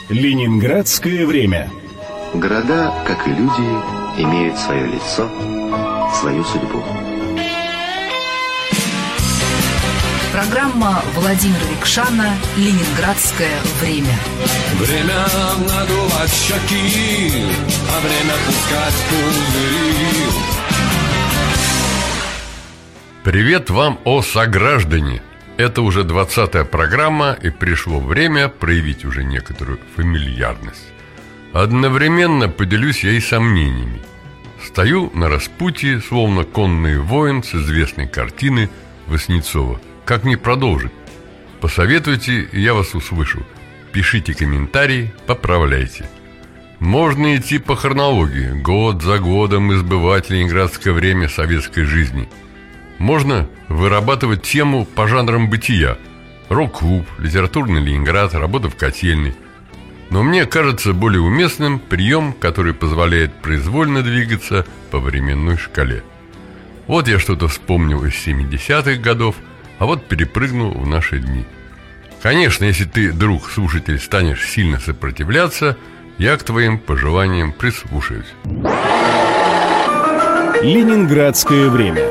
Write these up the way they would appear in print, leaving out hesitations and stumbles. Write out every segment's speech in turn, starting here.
Ленинградское время. Города, как и люди, имеют свое лицо, свою судьбу. Программа Владимира Викшана «Ленинградское время». Время надувать щеки, а время пускать пузыри. Привет вам, о сограждане! Это уже 20-я программа, и пришло время проявить уже некоторую фамильярность. Одновременно поделюсь я и сомнениями. Стою на распутье, словно конный воин с известной картины Васнецова. Как мне продолжить? Посоветуйте, и я вас услышу. Пишите комментарии, поправляйте. Можно идти по хронологии, год за годом избывать ленинградское время советской жизни. Можно вырабатывать тему по жанрам бытия: рок-клуб, литературный Ленинград, работа в котельной. Но мне кажется более уместным прием, который позволяет произвольно двигаться по временной шкале. Вот я что-то вспомнил из 70-х годов, а вот перепрыгнул в наши дни. Конечно, если ты, друг слушатель, станешь сильно сопротивляться, я к твоим пожеланиям прислушаюсь. Ленинградское время.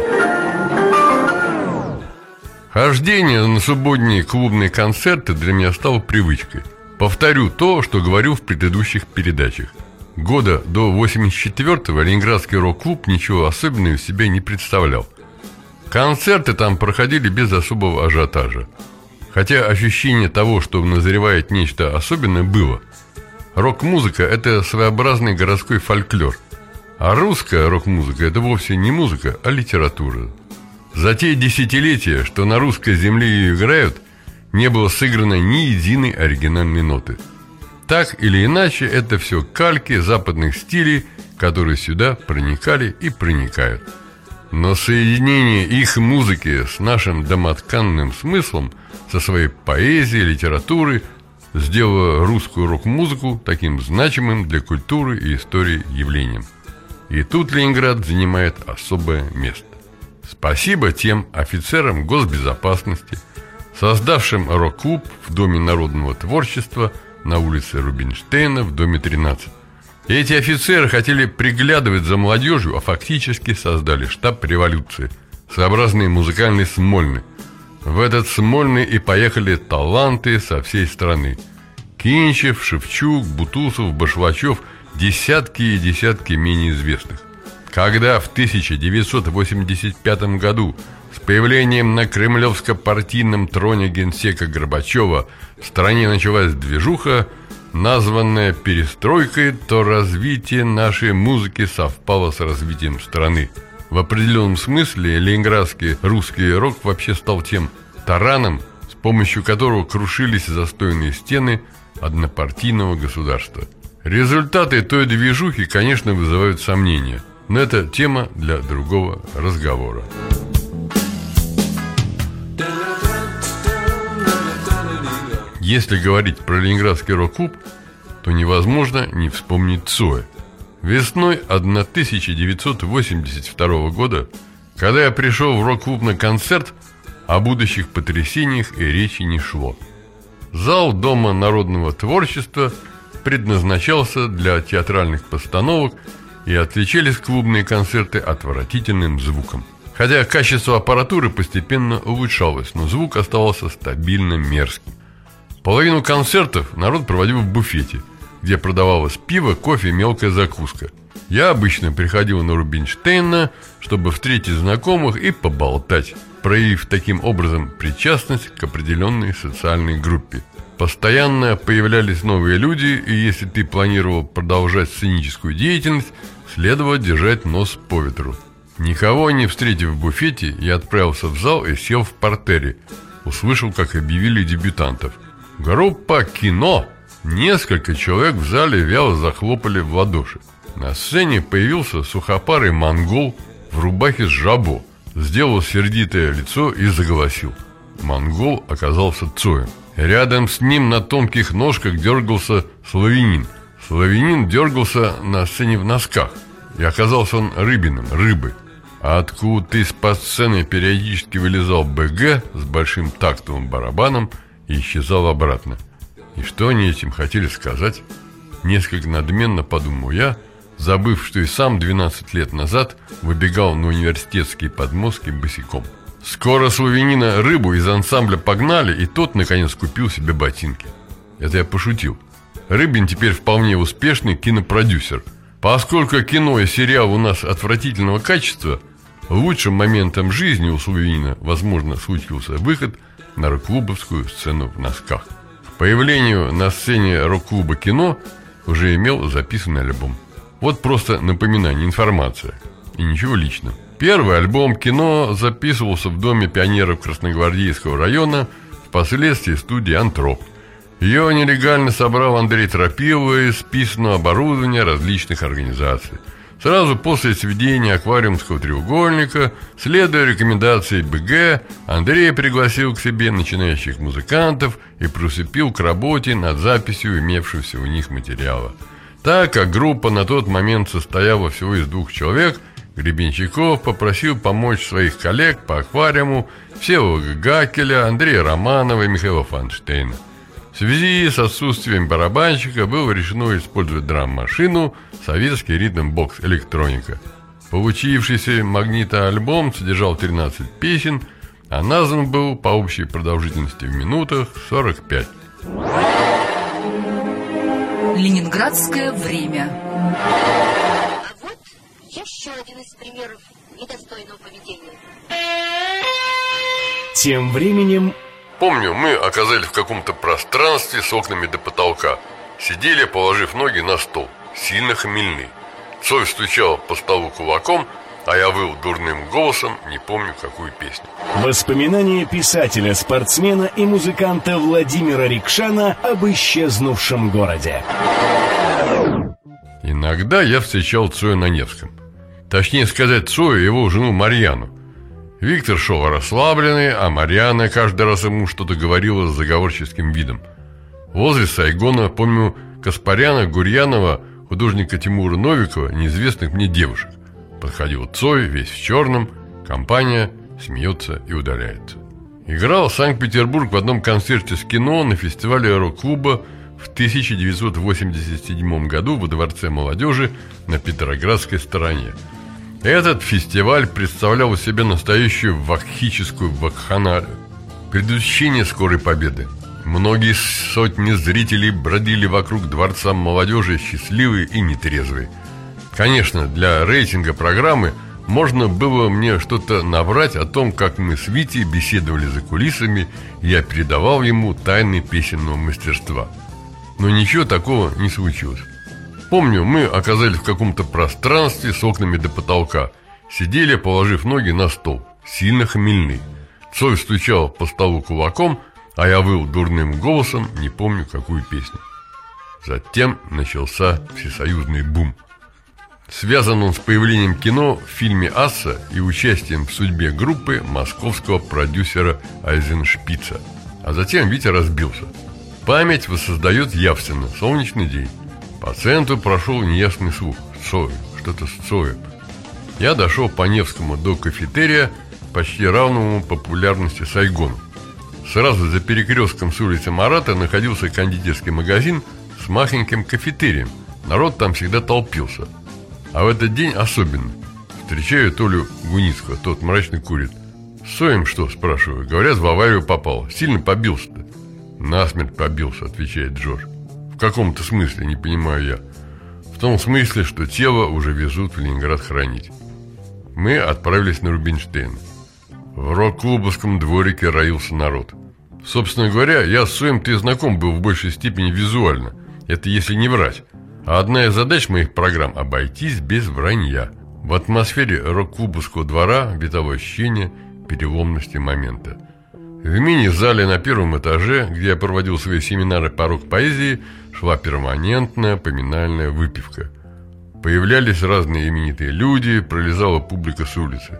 Хождение на субботние клубные концерты для меня стало привычкой. Повторю то, что говорил в предыдущих передачах. Года до 84-го ленинградский рок-клуб ничего особенного из себя не представлял. Концерты там проходили без особого ажиотажа. Хотя ощущение того, что назревает нечто особенное, было. Рок-музыка – это своеобразный городской фольклор. А русская рок-музыка – это вовсе не музыка, а литература. За те десятилетия, что на русской земле ее играют, не было сыграно ни единой оригинальной ноты. Так или иначе, это все кальки западных стилей, которые сюда проникали и проникают. Но соединение их музыки с нашим домотканным смыслом, со своей поэзией, литературой, сделало русскую рок-музыку таким значимым для культуры и истории явлением. И тут Ленинград занимает особое место. Спасибо тем офицерам госбезопасности, создавшим рок-клуб в Доме народного творчества на улице Рубинштейна в доме 13. Эти офицеры хотели приглядывать за молодежью, а фактически создали штаб революции, своеобразный музыкальный Смольный. В этот Смольный и поехали таланты со всей страны: Кинчев, Шевчук, Бутусов, Башлачев, десятки и десятки менее известных. Когда в 1985 году с появлением на кремлевско-партийном троне генсека Горбачева в стране началась движуха, названная перестройкой, то развитие нашей музыки совпало с развитием страны. В определенном смысле ленинградский русский рок вообще стал тем тараном, с помощью которого крушились застойные стены однопартийного государства. Результаты той движухи, конечно, вызывают сомнения, но это тема для другого разговора. Если говорить про ленинградский рок-клуб, то невозможно не вспомнить Цоя. Весной 1982 года, когда я пришел в рок-клуб на концерт, о будущих потрясениях и речи не шло. Зал Дома народного творчества предназначался для театральных постановок, и отличались клубные концерты отвратительным звуком. Хотя качество аппаратуры постепенно улучшалось, но звук оставался стабильно мерзким. Половину концертов народ проводил в буфете, где продавалось пиво, кофе и мелкая закуска. Я обычно приходил на Рубинштейна, чтобы встретить знакомых и поболтать, проявив таким образом причастность к определенной социальной группе. Постоянно появлялись новые люди, и если ты планировал продолжать сценическую деятельность, следовало держать нос по ветру. Никого не встретив в буфете, я отправился в зал и сел в партере. Услышал, как объявили дебютантов. Группа «Кино». Несколько человек в зале вяло захлопали в ладоши. На сцене появился сухопарый монгол в рубахе с жабо, сделал сердитое лицо и заголосил. Монгол оказался Цоем. Рядом с ним на тонких ножках дергался славянин. Славянин дергался на сцене в носках, и оказался он Рыбиным, рыбой. А откуда-то из-под сцены периодически вылезал БГ с большим тактовым барабаном и исчезал обратно. И что они этим хотели сказать? Несколько надменно подумал я, забыв, что и сам 12 лет назад выбегал на университетские подмостки босиком. Скоро славянина Рыбу из ансамбля погнали, и тот, наконец, купил себе ботинки. Это я пошутил. Рыбин теперь вполне успешный кинопродюсер. Поскольку кино и сериал у нас отвратительного качества, лучшим моментом жизни у славянина, возможно, случился выход на рок-клубовскую сцену в носках. К появлению на сцене рок-клуба «Кино» уже имел записанный альбом. Вот просто напоминание, информация. И ничего личного. Первый альбом «Кино» записывался в Доме пионеров Красногвардейского района, впоследствии студии «Антроп». Ее нелегально собрал Андрей Тропилов из списанного оборудования различных организаций. Сразу после сведения аквариумского треугольника, следуя рекомендации БГ, Андрей пригласил к себе начинающих музыкантов и приступил к работе над записью имевшегося у них материала. Так как группа на тот момент состояла всего из 2 человек, Гребенщиков попросил помочь своих коллег по аквариуму Всеволода Гакеля, Андрея Романова и Михаила Фанштейна. В связи с отсутствием барабанщика было решено использовать драм-машину «Советский ритм-бокс электроника». Получившийся магнитоальбом содержал 13 песен, а назван был по общей продолжительности в минутах 45. Ленинградское время. А вот еще один из примеров недостойного поведения. Тем временем... Помню, мы оказались в каком-то пространстве с окнами до потолка. Сидели, положив ноги на стол, сильно хмельны. Цой стучал по столу кулаком, а я выл дурным голосом, не помню какую песню. Воспоминания писателя, спортсмена и музыканта Владимира Рикшана об исчезнувшем городе. Иногда я встречал Цоя на Невском. Точнее сказать, Цоя и его жену Марьяну. Виктор шел расслабленный, а Марьяна каждый раз ему что-то говорила с заговорческим видом. Возле Сайгона помню Каспаряна, Гурьянова, художника Тимура Новикова, неизвестных мне девушек. Подходил Цой, весь в черном, компания смеется и удаляется. Играл Санкт-Петербург в одном концерте с кино на фестивале рок-клуба в 1987 году во Дворце молодежи на Петроградской стороне. Этот фестиваль представлял из себя настоящую вакхическую вакханалию, предвещение скорой победы. Многие сотни зрителей бродили вокруг Дворца молодежи, счастливые и нетрезвые. Конечно, для рейтинга программы можно было мне что-то наврать о том, как мы с Витей беседовали за кулисами, и я передавал ему тайны песенного мастерства. Но ничего такого не случилось. Помню, мы оказались в каком-то пространстве с окнами до потолка. Сидели, положив ноги на стол, сильно хмельны. Цой стучал по столу кулаком, а я выл дурным голосом, не помню какую песню. Затем начался всесоюзный бум. Связан он с появлением кино в фильме «Асса» и участием в судьбе группы московского продюсера Айзеншпица. А затем Витя разбился. Память воссоздает явственно солнечный день. По центру прошел неясный слух. Цой, что-то с Цоем. Я дошел по Невскому до кафетерия, почти равному популярности Сайгону. Сразу за перекрестком с улицы Марата находился кондитерский магазин с махоньким кафетерием. Народ там всегда толпился. А в этот день особенно. Встречаю Толю Гуницкого, тот мрачно курит. «С Цоем что?» – спрашиваю. Говорят, в аварию попал. Сильно побился-то? «Насмерть побился», – отвечает Джордж. В каком-то смысле, не понимаю я. В том смысле, что тело уже везут в Ленинград хранить. Мы отправились на Рубинштейна. В рок-клубовском дворике роился народ. Собственно говоря, я с Цоем-то знаком был в большей степени визуально. Это если не врать. А одна из задач моих программ – обойтись без вранья. В атмосфере рок-клубовского двора витало ощущение переломности момента. В мини-зале на первом этаже, где я проводил свои семинары по рок-поэзии, шла перманентная поминальная выпивка. Появлялись разные именитые люди, пролезала публика с улицы.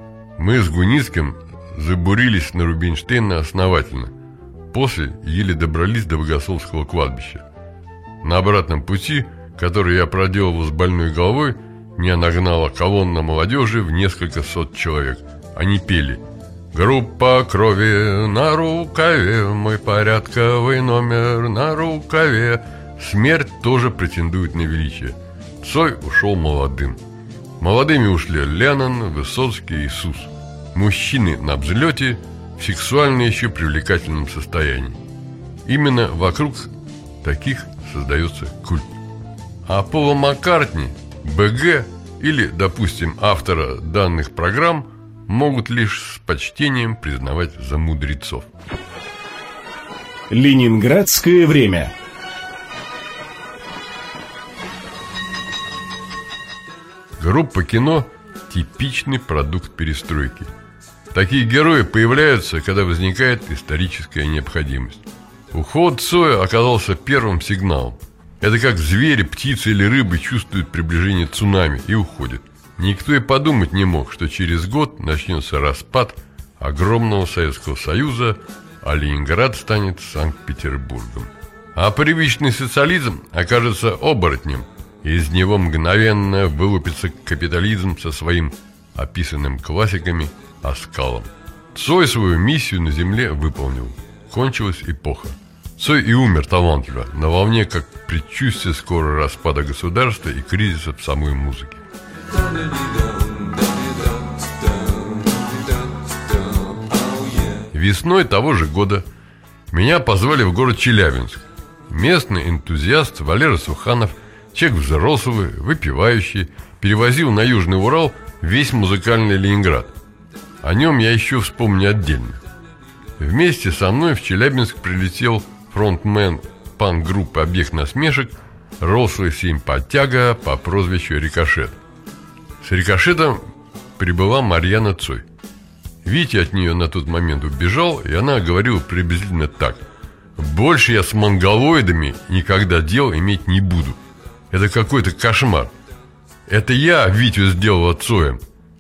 Мы с Гуницким забурились на Рубинштейна основательно. После еле добрались до Богословского кладбища. На обратном пути, который я проделал с больной головой, меня нагнала колонна молодежи в несколько сот человек. Они пели: Группа крови на рукаве, мой порядковый номер на рукаве. Смерть тоже претендует на величие. Цой ушел молодым. Молодыми ушли Леннон, Высоцкий, Иисус. Мужчины на взлете, в сексуально еще привлекательном состоянии. Именно вокруг таких создается культ. А Пола Маккартни, БГ или, допустим, автора данных программ могут лишь с почтением признавать за мудрецов. Ленинградское время. Группа кино – типичный продукт перестройки. Такие герои появляются, когда возникает историческая необходимость. Уход Цоя оказался первым сигналом. Это как звери, птицы или рыбы чувствуют приближение цунами и уходят. Никто и подумать не мог, что через год начнется распад огромного Советского Союза, а Ленинград станет Санкт-Петербургом. А привычный социализм окажется оборотнем, и из него мгновенно вылупится капитализм со своим описанным классиками оскалом. Цой свою миссию на земле выполнил. Кончилась эпоха. Цой и умер талантливо, на волне как предчувствие скорого распада государства и кризиса в самой музыке. Весной того же года меня позвали в город Челябинск. Местный энтузиаст Валера Суханов, человек взрослый, выпивающий, перевозил на Южный Урал весь музыкальный Ленинград. О нем я еще вспомню отдельно. Вместе со мной в Челябинск прилетел фронтмен панк-группы «Объект насмешек», рослый симпатяга по прозвищу Рикошет. С Рикошетом прибыла Марьяна Цой. Витя от нее на тот момент убежал, и она говорила приблизительно так: «Больше я с монголоидами никогда дел иметь не буду. Это какой-то кошмар. Это я Витю сделала Цоем.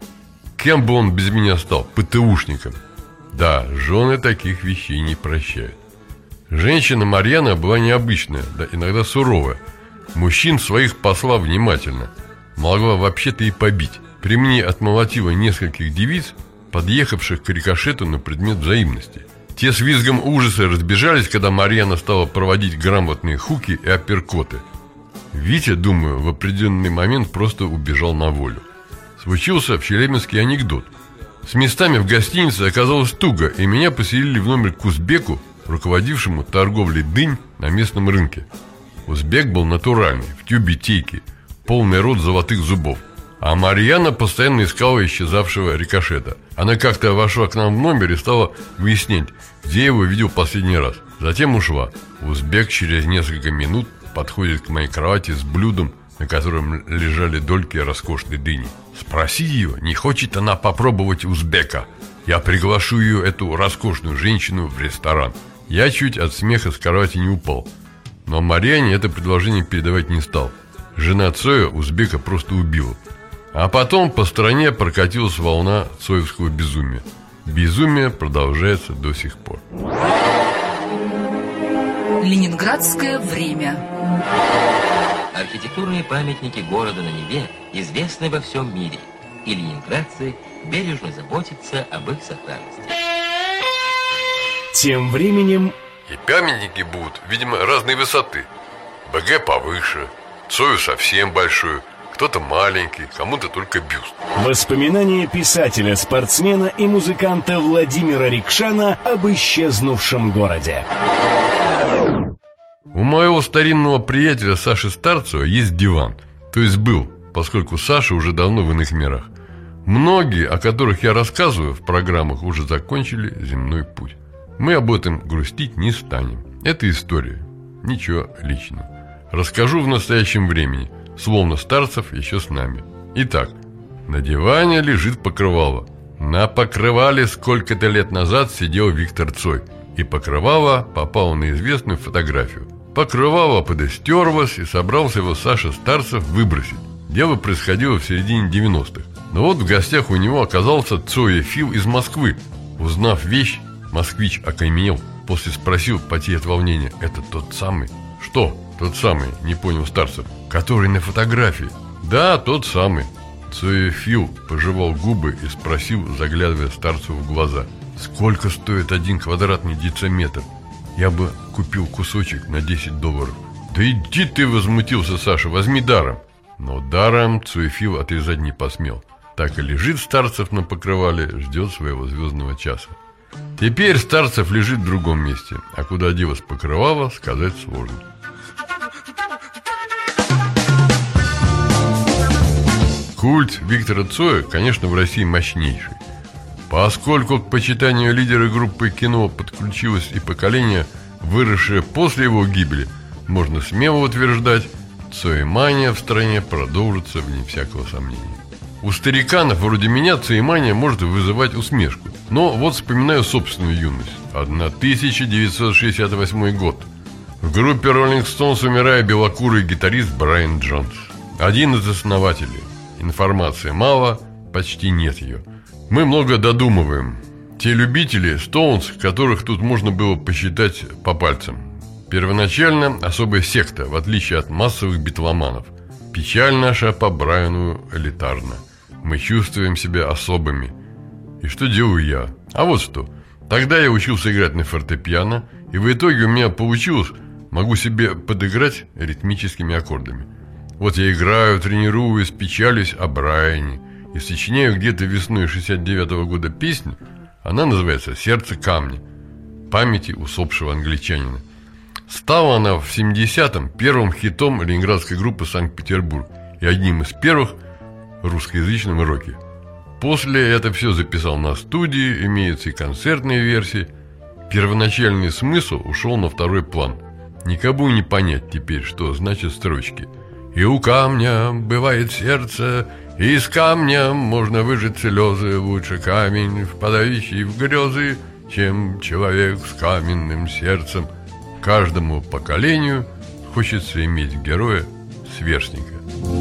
Кем бы он без меня стал? ПТУшником». Да, жены таких вещей не прощают. Женщина Марьяна была необычная, да иногда суровая. Мужчин своих посла внимательно. Могла вообще-то и побить. При мне отмолотила нескольких девиц, подъехавших к Рикошету на предмет взаимности. Те с визгом ужаса разбежались, когда Марьяна стала проводить грамотные хуки и апперкоты. Витя, думаю, в определенный момент просто убежал на волю. Случился в Челябинске анекдот. С местами в гостинице оказалось туго, и меня поселили в номер к узбеку, руководившему торговлей дынь на местном рынке. Узбек был натуральный, в тюбетейке, полный рот золотых зубов. А Марьяна постоянно искала исчезавшего Рикошета. Она как-то вошла к нам в номер и стала выяснять, где я его видел последний раз. Затем ушла. Узбек через несколько минут подходит к моей кровати с блюдом, на котором лежали дольки роскошной дыни. Спроси ее, не хочет она попробовать узбека. Я приглашу ее, эту роскошную женщину, в ресторан. Я чуть от смеха с кровати не упал. Но Марьяне это предложение передавать не стал. Жена Цоя узбека просто убила. А потом по стране прокатилась волна цоевского безумия. Безумие продолжается до сих пор. Ленинградское время. Архитектурные памятники города на Неве известны во всем мире, и ленинградцы бережно заботятся об их сохранности. Тем временем... И памятники будут, видимо, разной высоты. БГ повыше, Цою совсем большой, кто-то маленький, кому-то только бюст. Воспоминания писателя, спортсмена и музыканта Владимира Рикшана об исчезнувшем городе. У моего старинного приятеля Саши Старцева есть диван. То есть был, поскольку Саша уже давно в иных мирах. Многие, о которых я рассказываю в программах, уже закончили земной путь. Мы об этом грустить не станем. Это история, ничего личного. Расскажу в настоящем времени, словно Старцев еще с нами. Итак, на диване лежит покрывало. На покрывале сколько-то лет назад сидел Виктор Цой, и покрывало попало на известную фотографию. Покрывало подостерлось, и собрался его Саша Старцев выбросить. Дело происходило в середине 90-х. Но вот в гостях у него оказался Цоефил из Москвы. Узнав вещь, москвич окаменел, после спросил, потея от волнения: «Это тот самый?» «Что тот самый?» — не понял Старцев. «Который на фотографии». «Да, тот самый». Цоефил пожевал губы и спросил, заглядывая Старцеву в глаза: Сколько стоит 1 квадратный дециметр? Я бы купил кусочек на $10. Да иди ты, возмутился Саша, возьми даром. Но даром Цуефил отрезать не посмел. Так и лежит Старцев на покрывале, ждет своего звездного часа. Теперь Старцев лежит в другом месте, а куда делось покрывало, сказать сложно. Культ Виктора Цоя, конечно, в России мощнейший. Поскольку к почитанию лидера группы кино подключилось и поколение, выросшее после его гибели, можно смело утверждать, цоемания в стране продолжится вне всякого сомнения. У стариканов вроде меня цоемания может вызывать усмешку. Но вот вспоминаю собственную юность. 1968 год. В группе Rolling Stones умирает белокурый гитарист Брайан Джонс. Один из основателей. Информации мало, почти нет ее. Мы много додумываем. Те любители Stones, которых тут можно было посчитать по пальцам. Первоначально особая секта, в отличие от массовых битломанов. Печаль наша по Брайану элитарна. Мы чувствуем себя особыми. И что делаю я? А вот что. Тогда я учился играть на фортепиано, и в итоге у меня получилось, могу себе подыграть ритмическими аккордами. Вот я играю, тренируюсь, печалюсь о Брайане и сочиняю где-то весной 69-го года песню. Она называется «Сердце камня», памяти усопшего англичанина. Стала она в 70-м первым хитом ленинградской группы «Санкт-Петербург» и одним из первых в русскоязычном роке. После это все записал на студии, имеются и концертные версии. Первоначальный смысл ушел на второй план. Никому не понять теперь, что значат строчки. «И у камня бывает сердце, и из камня можно выжать слезы. Лучше камень, впадающий в грезы, чем человек с каменным сердцем. Каждому поколению хочется иметь героя-сверстника».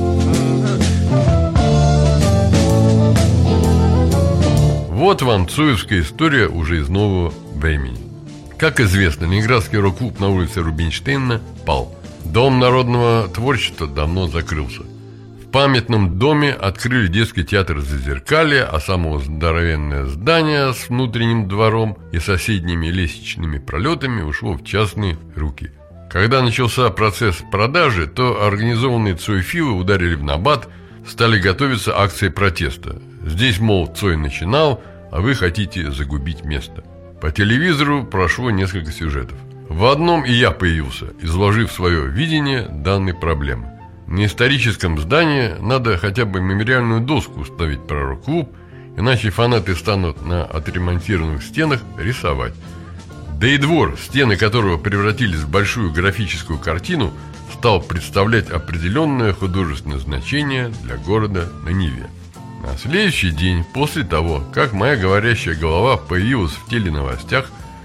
Вот вам цоевская история уже из нового времени. Как известно, ленинградский рок-клуб на улице Рубинштейна пал. Дом народного творчества давно закрылся. В памятном доме открыли детский театр «Зазеркалье», а само здоровенное здание с внутренним двором и соседними лестничными пролетами ушло в частные руки. Когда начался процесс продажи, то организованные цоефилы ударили в набат, стали готовиться акции протеста. Здесь, мол, Цой начинал, а вы хотите загубить место. По телевизору прошло несколько сюжетов. В одном и я появился, изложив свое видение данной проблемы. На историческом здании надо хотя бы мемориальную доску установить про рок-клуб, иначе фанаты станут на отремонтированных стенах рисовать. Да и двор, стены которого превратились в большую графическую картину, стал представлять определенное художественное значение для города на Неве. На следующий день, после того, как моя говорящая голова появилась в теленовостях,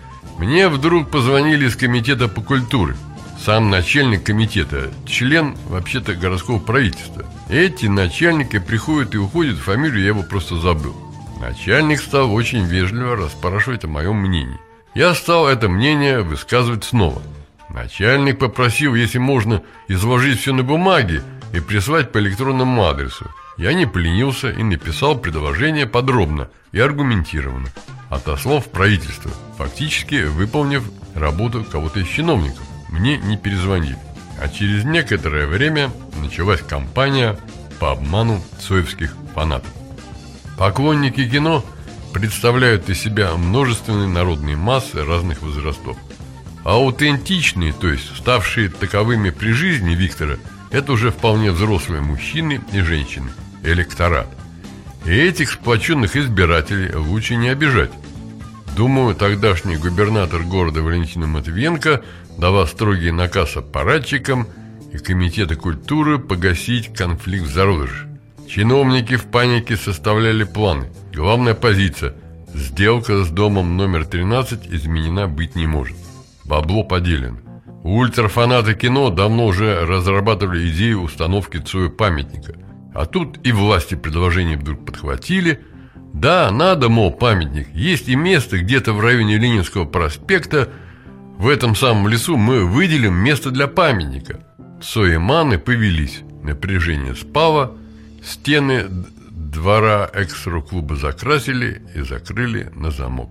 мне вдруг позвонили из комитета по культуре. Сам начальник комитета, член, вообще-то, городского правительства. Эти начальники приходят и уходят, фамилию я его просто забыл. Начальник стал очень вежливо расспрашивать о моем мнении. Я стал это мнение высказывать снова. Начальник попросил, если можно, изложить все на бумаге и прислать по электронному адресу. Я не поленился и написал предложение подробно и аргументированно. Отослал в правительство, фактически выполнив работу кого-то из чиновников. Мне не перезвонили. А через некоторое время началась кампания по обману цоевских фанатов. Поклонники кино представляют из себя множественные народные массы разных возрастов. А аутентичные, то есть ставшие таковыми при жизни Виктора, это уже вполне взрослые мужчины и женщины, электорат. И этих сплоченных избирателей лучше не обижать. Думаю, тогдашний губернатор города Валентина Матвиенко дала строгий наказ аппаратчикам и комитета культуры погасить конфликт в зародыше. Чиновники в панике составляли планы. Главная позиция – сделка с домом номер 13 изменена быть не может. Бабло поделено. Ультрафанаты кино давно уже разрабатывали идею установки Цою памятника. А тут и власти предложение вдруг подхватили. Да, надо, мол, памятник. Есть и место где-то в районе Ленинского проспекта. В этом самом лесу мы выделим место для памятника. Цоеманы повелись. Напряжение спало. Стены двора экс-рок-клуба закрасили и закрыли на замок.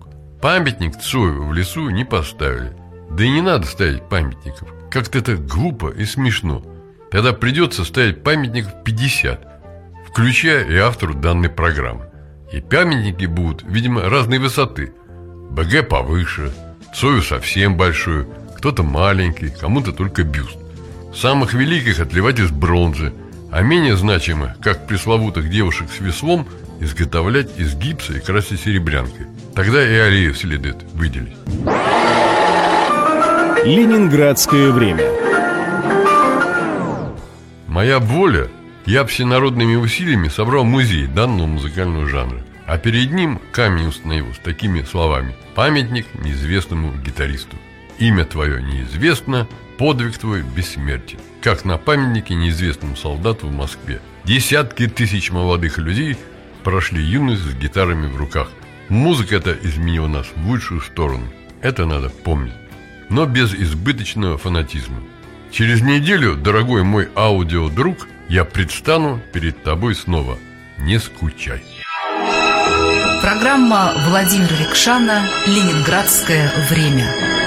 Памятник Цоеву в лесу не поставили. Да и не надо ставить памятников. Как-то это глупо и смешно. Тогда придется ставить памятников 50, включая и автору данной программы. И памятники будут, видимо, разной высоты. БГ повыше, Цою совсем большой, кто-то маленький, кому-то только бюст. Самых великих отливать из бронзы, а менее значимых, как пресловутых девушек с веслом, изготовлять из гипса и красить серебрянкой. Тогда и аллею следует выделить. Ленинградское время. Моя воля, я всенародными усилиями собрал музей данного музыкального жанра. А перед ним камень установил с такими словами: «Памятник неизвестному гитаристу. Имя твое неизвестно, подвиг твой бессмертен». Как на памятнике неизвестному солдату в Москве. Десятки тысяч молодых людей прошли юность с гитарами в руках. Музыка эта изменила нас в лучшую сторону. Это надо помнить. Но без избыточного фанатизма. Через неделю, дорогой мой аудиодруг, я предстану перед тобой снова. Не скучай. Программа Владимира Рикшана «Ленинградское время».